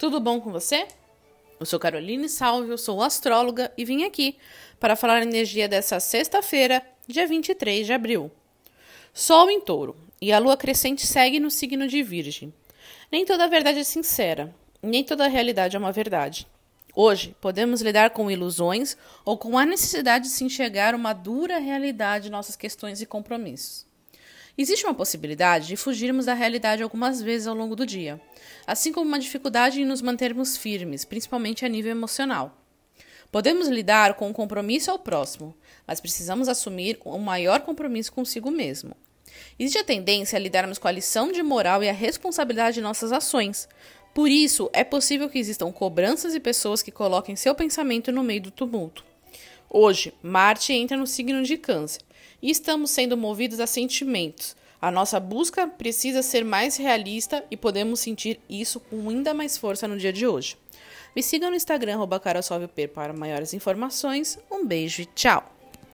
Tudo bom com você? Eu sou Caroline Salvio, sou astróloga e vim aqui para falar a energia dessa sexta-feira, dia 23 de abril. Sol em Touro e a lua crescente segue no signo de Virgem. Nem toda a verdade é sincera, nem toda a realidade é uma verdade. Hoje, podemos lidar com ilusões ou com a necessidade de se enxergar uma dura realidade de nossas questões e compromissos. Existe uma possibilidade de fugirmos da realidade algumas vezes ao longo do dia, assim como uma dificuldade em nos mantermos firmes, principalmente a nível emocional. Podemos lidar com um compromisso ao próximo, mas precisamos assumir um maior compromisso consigo mesmo. Existe a tendência a lidarmos com a lição de moral e a responsabilidade de nossas ações. Por isso, é possível que existam cobranças e pessoas que coloquem seu pensamento no meio do tumulto. Hoje, Marte entra no signo de Câncer e estamos sendo movidos a sentimentos. A nossa busca precisa ser mais realista e podemos sentir isso com ainda mais força no dia de hoje. Me sigam no Instagram @carolsalviop para maiores informações. Um beijo e tchau!